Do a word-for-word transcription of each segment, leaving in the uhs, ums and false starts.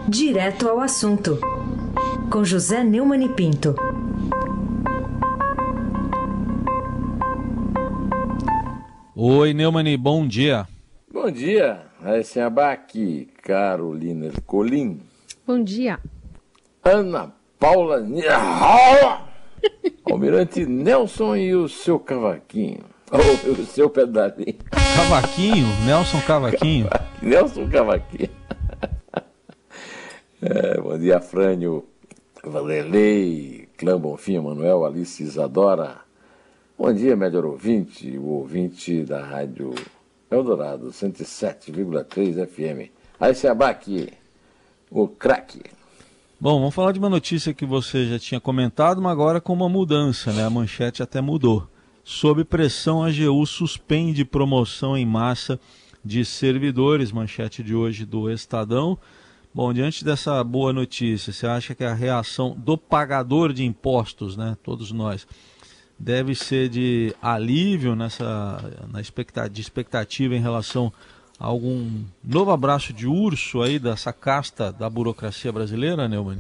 Direto ao assunto, com José Neumann e Pinto. Oi, Neumann, bom dia. Bom dia, Raíssa Abac, Carolina Ercolim. Bom dia. Ana Paula Almirante Nelson e o seu cavaquinho. Ou o seu pedalinho. Cavaquinho? Nelson Cavaquinho? Nelson Cavaquinho. É, bom dia, Frânio, Vanderlei, Clã Bonfim, Manuel, Alice Isadora. Bom dia, melhor ouvinte, o ouvinte da Rádio Eldorado, cento e sete vírgula três F M. Aí se abaque, o craque. Bom, vamos falar de uma notícia que você já tinha comentado, mas agora com uma mudança, né? A manchete até mudou. Sob pressão, a AGU suspende promoção em massa de servidores, manchete de hoje do Estadão. Bom, diante dessa boa notícia, você acha que a reação do pagador de impostos, né, todos nós, deve ser de alívio nessa na expectativa, de expectativa em relação a algum novo abraço de urso aí dessa casta da burocracia brasileira, Neumann?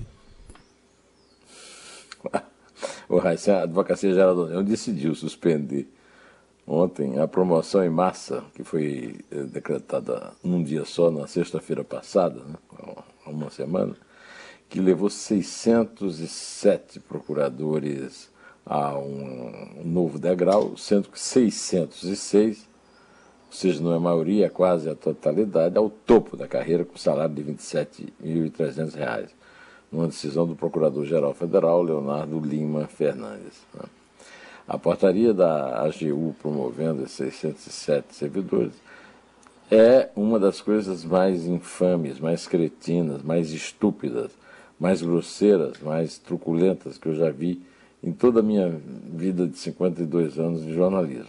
O Raíssa, a Advocacia Geral da União decidiu suspender ontem a promoção em massa, que foi decretada num dia só, na sexta-feira passada, né, há uma semana, que levou seiscentos e sete procuradores a um novo degrau, sendo que seiscentos e seis, ou seja, não é a maioria, é quase a totalidade, ao topo da carreira, com salário de vinte e sete mil e trezentos reais, numa decisão do Procurador-Geral Federal, Leonardo Lima Fernandes. A portaria da A G U promovendo esses seiscentos e sete servidores é uma das coisas mais infames, mais cretinas, mais estúpidas, mais grosseiras, mais truculentas que eu já vi em toda a minha vida de cinquenta e dois anos de jornalismo.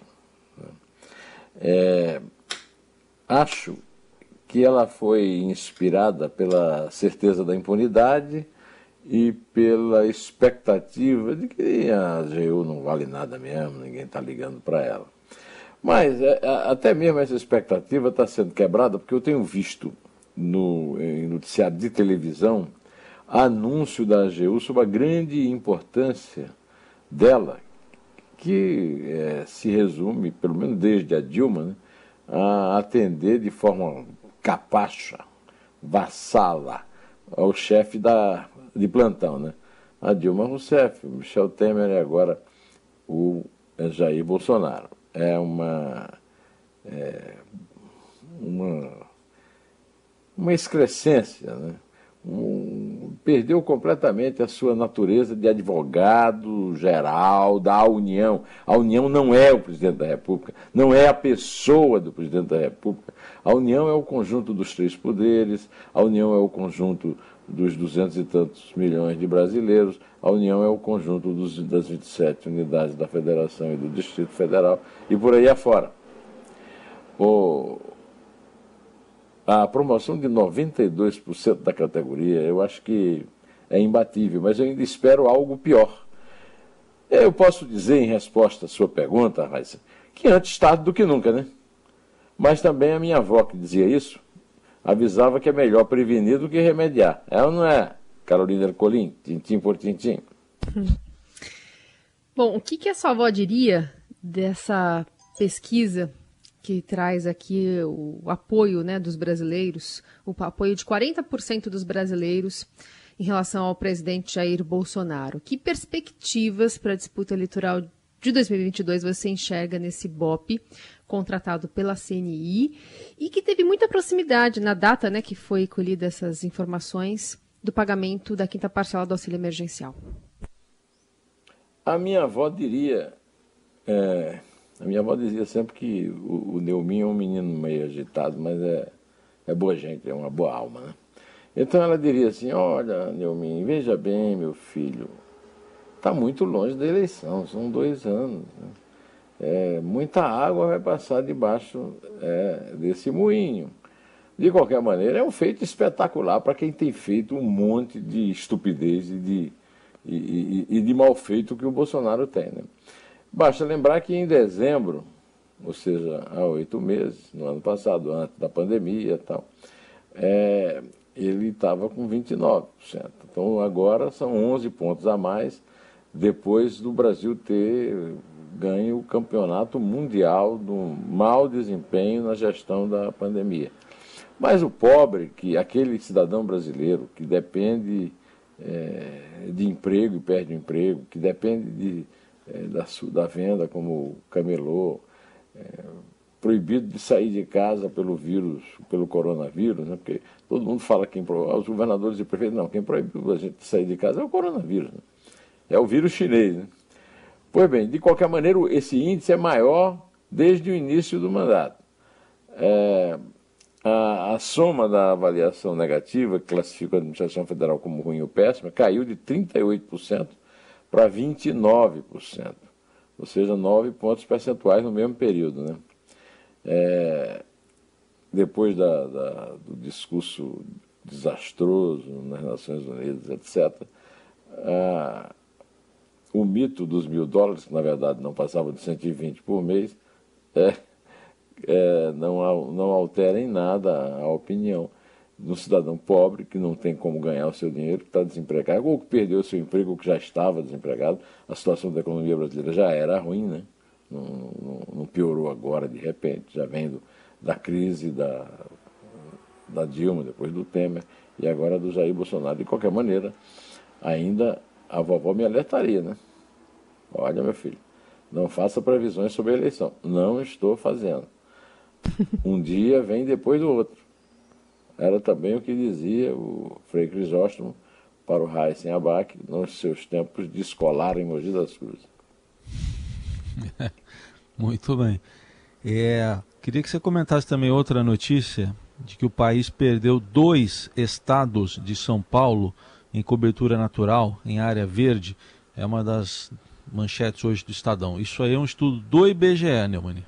É, acho que ela foi inspirada pela certeza da impunidade e pela expectativa de que a A G U não vale nada mesmo, ninguém está ligando para ela. Mas é, até mesmo essa expectativa está sendo quebrada, porque eu tenho visto no em noticiário de televisão anúncio da A G U sobre a grande importância dela, que é, se resume, pelo menos desde a Dilma, né, a atender de forma capacha, vassala, ao chefe da, de plantão, né? A Dilma Rousseff, o Michel Temer e agora o Jair Bolsonaro. É uma, é, uma, uma excrescência, né? Um, perdeu completamente a sua natureza de advogado geral da União. A União não é o presidente da República, não é a pessoa do presidente da República. A União é o conjunto dos três poderes, a União é o conjunto dos duzentos e tantos milhões de brasileiros, a União é o conjunto dos, das vinte e sete unidades da Federação e do Distrito Federal, e por aí afora. O... A promoção de noventa e dois por cento da categoria, eu acho que é imbatível, mas eu ainda espero algo pior. Eu posso dizer, em resposta à sua pergunta, Raíssa, que antes tarde do que nunca, né? Mas também a minha avó, que dizia isso, avisava que é melhor prevenir do que remediar. É ou não é, Carolina Ercolim? Tintim por tintim. Bom, o que, que a sua avó diria dessa pesquisa que traz aqui o apoio, né, dos brasileiros, o apoio de quarenta por cento dos brasileiros em relação ao presidente Jair Bolsonaro? Que perspectivas para a disputa eleitoral de dois mil e vinte e dois você enxerga nesse B O P contratado pela C N I e que teve muita proximidade na data, né, que foi colhida essas informações do pagamento da quinta parcela do auxílio emergencial? A minha avó diria... É... A minha avó dizia sempre que o, o Neumann é um menino meio agitado, mas é, é boa gente, é uma boa alma, né? Então ela diria assim, olha, Neumann, veja bem, meu filho, está muito longe da eleição, são dois anos, né? É, muita água vai passar debaixo é, desse moinho. De qualquer maneira, é um feito espetacular para quem tem feito um monte de estupidez e de, e, e, e de mal feito que o Bolsonaro tem, né? Basta lembrar que em dezembro, ou seja, há oito meses, no ano passado, antes da pandemia e tal, é, ele estava com vinte e nove por cento. Então agora são onze pontos a mais, depois do Brasil ter ganho o campeonato mundial do mau desempenho na gestão da pandemia. Mas o pobre, que aquele cidadão brasileiro que depende é, de emprego e perde o emprego, que depende de, é, da, da venda como camelô, é, proibido de sair de casa pelo vírus, pelo coronavírus, né? Porque todo mundo fala quem proibiu, os governadores e prefeitos, não, quem proibiu a gente de sair de casa é o coronavírus, né? É o vírus chinês, né? Pois bem, de qualquer maneira, esse índice é maior desde o início do mandato. É, a, a soma da avaliação negativa, que classifica a administração federal como ruim ou péssima, caiu de trinta e oito por cento para vinte e nove por cento, ou seja, nove pontos percentuais no mesmo período, né? É, depois da, da, do discurso desastroso nas Nações Unidas, etcétera, a, o mito dos mil dólares, que na verdade não passava de cento e vinte por mês, é, é, não, não altera em nada a opinião do cidadão pobre que não tem como ganhar o seu dinheiro, que está desempregado, ou que perdeu o seu emprego, ou que já estava desempregado. A situação da economia brasileira já era ruim, né? Não, não, não piorou agora de repente, já vem do, da crise da, da Dilma, depois do Temer, e agora do Jair Bolsonaro. De qualquer maneira, ainda a vovó me alertaria, né? Olha, meu filho, não faça previsões sobre a eleição. Não estou fazendo. Um dia vem depois do outro. Era também o que dizia o Frei Crisóstomo para o Raíssen Abac nos seus tempos de escolar em Mogi das Cruzes. Muito bem. É, queria que você comentasse também outra notícia de que o país perdeu dois estados de São Paulo em cobertura natural, em área verde. É uma das manchetes hoje do Estadão. Isso aí é um estudo do I B G E, Neumann.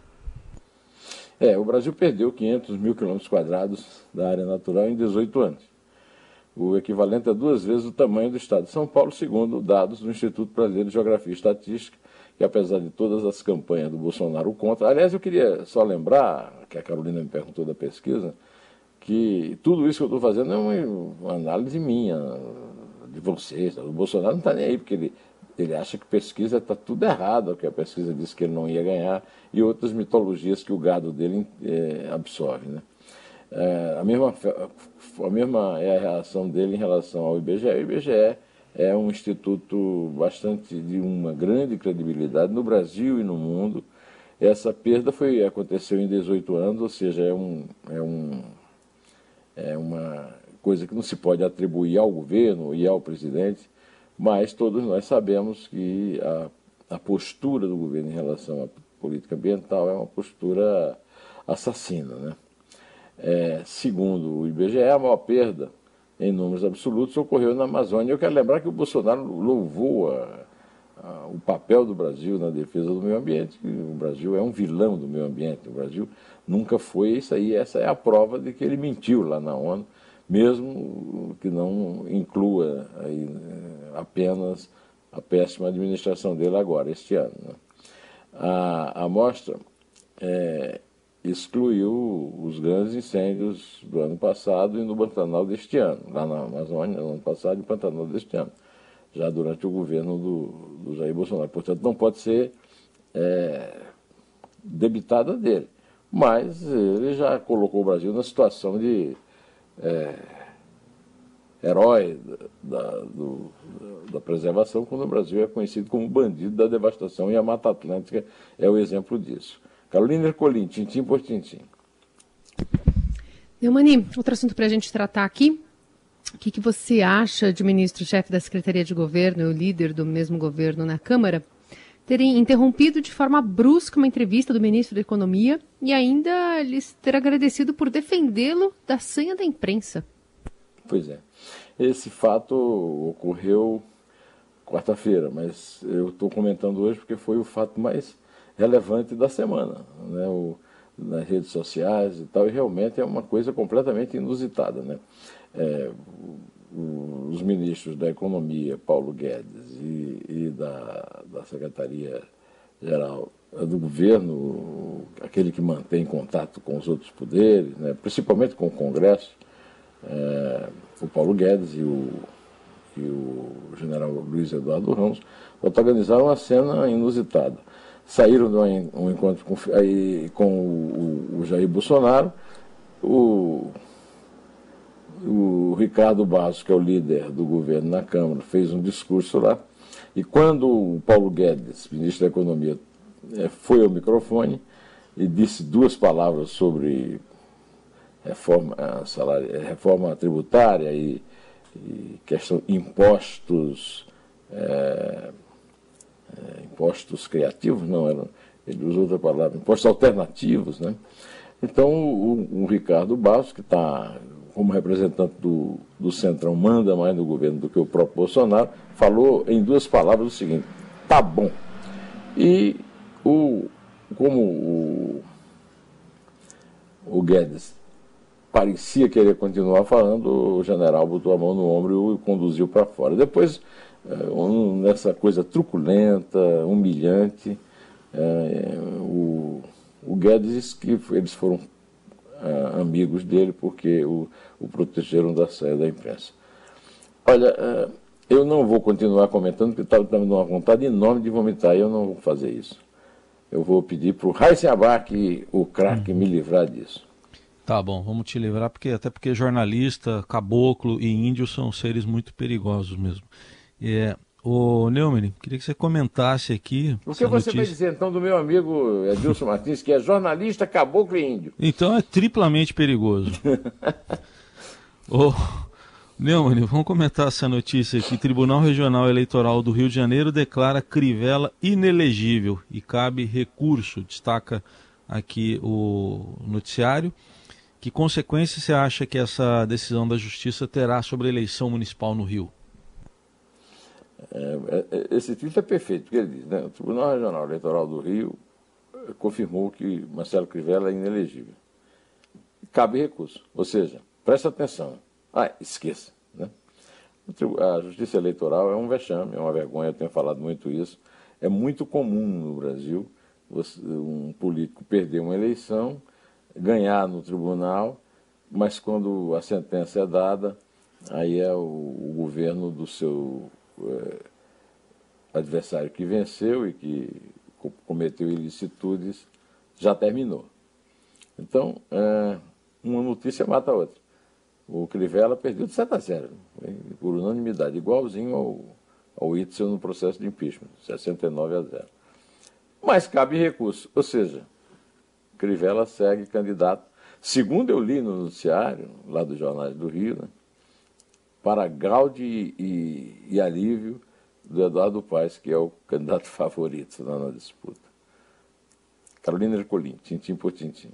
É, o Brasil perdeu quinhentos mil quilômetros quadrados da área natural em dezoito anos. O equivalente a duas vezes o tamanho do estado de São Paulo, segundo dados do Instituto Brasileiro de Geografia e Estatística, que apesar de todas as campanhas do Bolsonaro contra... Aliás, eu queria só lembrar, que a Carolina me perguntou da pesquisa, que tudo isso que eu estou fazendo é uma, uma análise minha, de vocês. O Bolsonaro não está nem aí, porque ele, ele acha que pesquisa está tudo errado, que a pesquisa disse que ele não ia ganhar, e outras mitologias que o gado dele é, absorve, né? É, a, mesma, a mesma é a reação dele em relação ao I B G E. O I B G E é um instituto bastante de uma grande credibilidade no Brasil e no mundo. Essa perda foi, aconteceu em dezoito anos, ou seja, é, um, é, um, é uma coisa que não se pode atribuir ao governo e ao presidente, mas todos nós sabemos que a, a postura do governo em relação à política ambiental é uma postura assassina, né? É, segundo o I B G E, a maior perda em números absolutos ocorreu na Amazônia. Eu quero lembrar que o Bolsonaro louvou a, a, o papel do Brasil na defesa do meio ambiente. O Brasil é um vilão do meio ambiente. O Brasil nunca foi isso aí. Essa é a prova de que ele mentiu lá na ONU, mesmo que não inclua aí, apenas a péssima administração dele agora, este ano, né? A amostra é, excluiu os grandes incêndios do ano passado e no Pantanal deste ano, lá na Amazônia, no ano passado e no Pantanal deste ano, já durante o governo do, do Jair Bolsonaro. Portanto, não pode ser é, debitada dele. Mas ele já colocou o Brasil na situação de é, herói da, do, da preservação, quando o Brasil é conhecido como bandido da devastação, e a Mata Atlântica é o exemplo disso. Carolina Ercolim, tintim por tintim. Neumann, outro assunto para a gente tratar aqui. O que, que você acha de o ministro-chefe da Secretaria de Governo e o líder do mesmo governo na Câmara terem interrompido de forma brusca uma entrevista do ministro da Economia e ainda lhes ter agradecido por defendê-lo da sanha da imprensa? Pois é. Esse fato ocorreu quarta-feira, mas eu estou comentando hoje porque foi o fato mais relevante da semana, né? O, nas redes sociais e tal, e realmente é uma coisa completamente inusitada, né? É, o, os ministros da Economia, Paulo Guedes, e, e da, da Secretaria-Geral do Governo, aquele que mantém contato com os outros poderes, né? Principalmente com o Congresso, é, o Paulo Guedes e o, e o general Luiz Eduardo Ramos protagonizaram uma cena inusitada. Saíram de um, um encontro com, aí, com o, o Jair Bolsonaro, o, o Ricardo Barros, que é o líder do governo na Câmara, fez um discurso lá, e quando o Paulo Guedes, ministro da Economia, foi ao microfone e disse duas palavras sobre reforma, salário, reforma tributária e, e questão impostos, é, é, impostos criativos, não, era, ele usou outra palavra, impostos alternativos, né? Então o, o Ricardo Barros, que está como representante do, do Centrão, manda mais no governo do que o próprio Bolsonaro, falou em duas palavras o seguinte: tá bom. E o, como o, o Guedes parecia querer continuar falando, o general botou a mão no ombro e o conduziu para fora. Depois, um, nessa coisa truculenta, humilhante, é, o, o Guedes disse que eles foram é, amigos dele porque o, o protegeram da saia da imprensa. Olha, é, eu não vou continuar comentando porque estava dando uma vontade enorme de vomitar e eu não vou fazer isso. Eu vou pedir para o Raíssen Abac, o craque, me livrar disso. Tá bom, vamos te livrar, porque, até porque jornalista, caboclo e índio são seres muito perigosos mesmo. É, ô Neumann, queria que você comentasse aqui... O que você notícia... vai dizer então do meu amigo Edilson Martins, que é jornalista, caboclo e índio? Então é triplamente perigoso. Ô Neumann, vamos comentar essa notícia aqui. Tribunal Regional Eleitoral do Rio de Janeiro declara Crivella inelegível e cabe recurso, destaca aqui o noticiário. Que consequência você acha que essa decisão da Justiça terá sobre a eleição municipal no Rio? É, esse título é perfeito, porque ele diz, né? O Tribunal Regional Eleitoral do Rio confirmou que Marcelo Crivella é inelegível. Cabe recurso, ou seja, presta atenção. Ah, esqueça. Né? A Justiça Eleitoral é um vexame, é uma vergonha, eu tenho falado muito isso. É muito comum no Brasil você, um político perder uma eleição, ganhar no tribunal, mas quando a sentença é dada, aí é o, o governo do seu é, adversário que venceu e que cometeu ilicitudes já terminou. Então, é, uma notícia mata a outra. O Crivella perdeu de sete a zero, por unanimidade, igualzinho ao, ao Itzel no processo de impeachment, sessenta e nove a zero. Mas cabe recurso, ou seja, Crivella segue candidato, segundo eu li no noticiário, lá dos jornais do Rio, né, para graude e, e, e alívio do Eduardo Paes, que é o candidato favorito lá na disputa. Carolina Ercolim, tintim por tintim.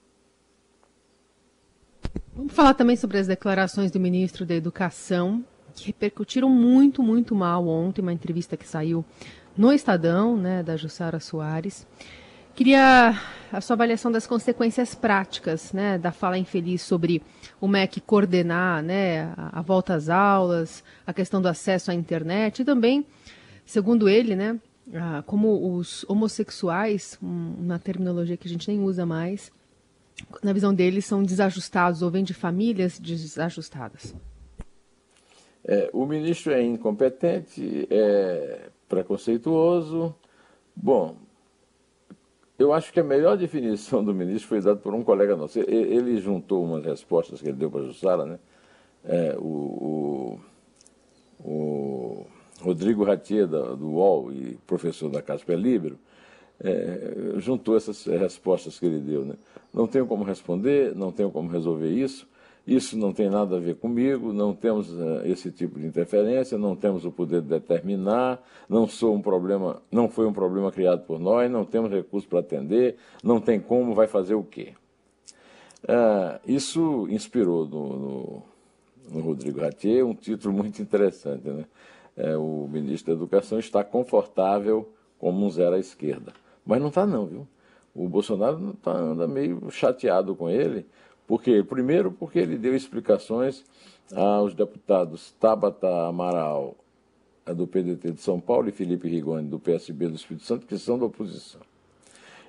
Vamos falar também sobre as declarações do ministro da Educação, que repercutiram muito, muito mal ontem, uma entrevista que saiu no Estadão, né, da Jussara Soares. Queria a sua avaliação das consequências práticas, né, da fala infeliz sobre o M E C coordenar, né, a, a volta às aulas, a questão do acesso à internet e também, segundo ele, né, a, como os homossexuais, um, uma terminologia que a gente nem usa mais, na visão dele, são desajustados ou vêm de famílias desajustadas. É, o ministro é incompetente, é preconceituoso. Bom, eu acho que a melhor definição do ministro foi dada por um colega nosso. Ele juntou umas respostas que ele deu para a Jussara, né? É, o, o, o Rodrigo Ratier, do U O L e professor da Casper Libero, é, juntou essas respostas que ele deu, né? Não tenho como responder, não tenho como resolver isso, isso não tem nada a ver comigo, não temos uh, esse tipo de interferência, não temos o poder de determinar, não sou um problema, não foi um problema criado por nós, não temos recursos para atender, não tem como, vai fazer o quê? Uh, isso inspirou no, no, no Rodrigo Ratier um título muito interessante, né? É, o ministro da Educação está confortável como um zero à esquerda. Mas não está não, viu? O Bolsonaro tá, anda meio chateado com ele, porque, primeiro porque ele deu explicações aos deputados Tabata Amaral, do P D T de São Paulo, e Felipe Rigoni, do P S B do Espírito Santo, que são da oposição.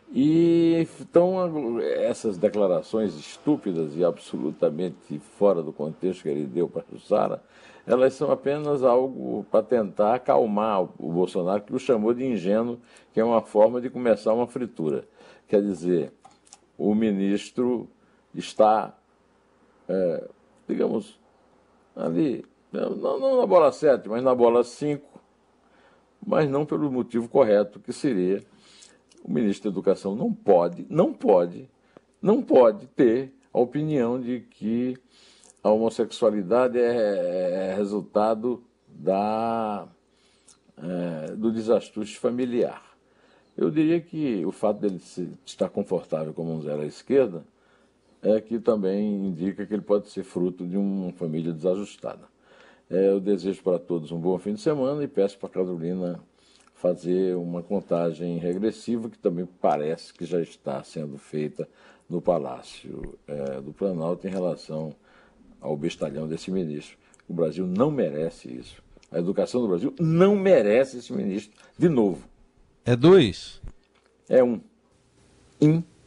E então essas declarações estúpidas e absolutamente fora do contexto que ele deu para a Jussara, elas são apenas algo para tentar acalmar o Bolsonaro, que o chamou de ingênuo, que é uma forma de começar uma fritura. Quer dizer, o ministro está, é, digamos, ali, não, não na bola sete, mas na bola cinco, mas não pelo motivo correto, que seria: o ministro da Educação não pode, não pode, não pode ter a opinião de que a homossexualidade é, é resultado da, é, do desajuste familiar. Eu diria que o fato dele se, estar confortável como um zero à esquerda é que também indica que ele pode ser fruto de uma família desajustada. É, eu desejo para todos um bom fim de semana e peço para a Carolina fazer uma contagem regressiva, que também parece que já está sendo feita no Palácio é, do Planalto em relação ao bestalhão desse ministro. O Brasil não merece isso. A educação do Brasil não merece esse ministro de novo. É dois? É um. In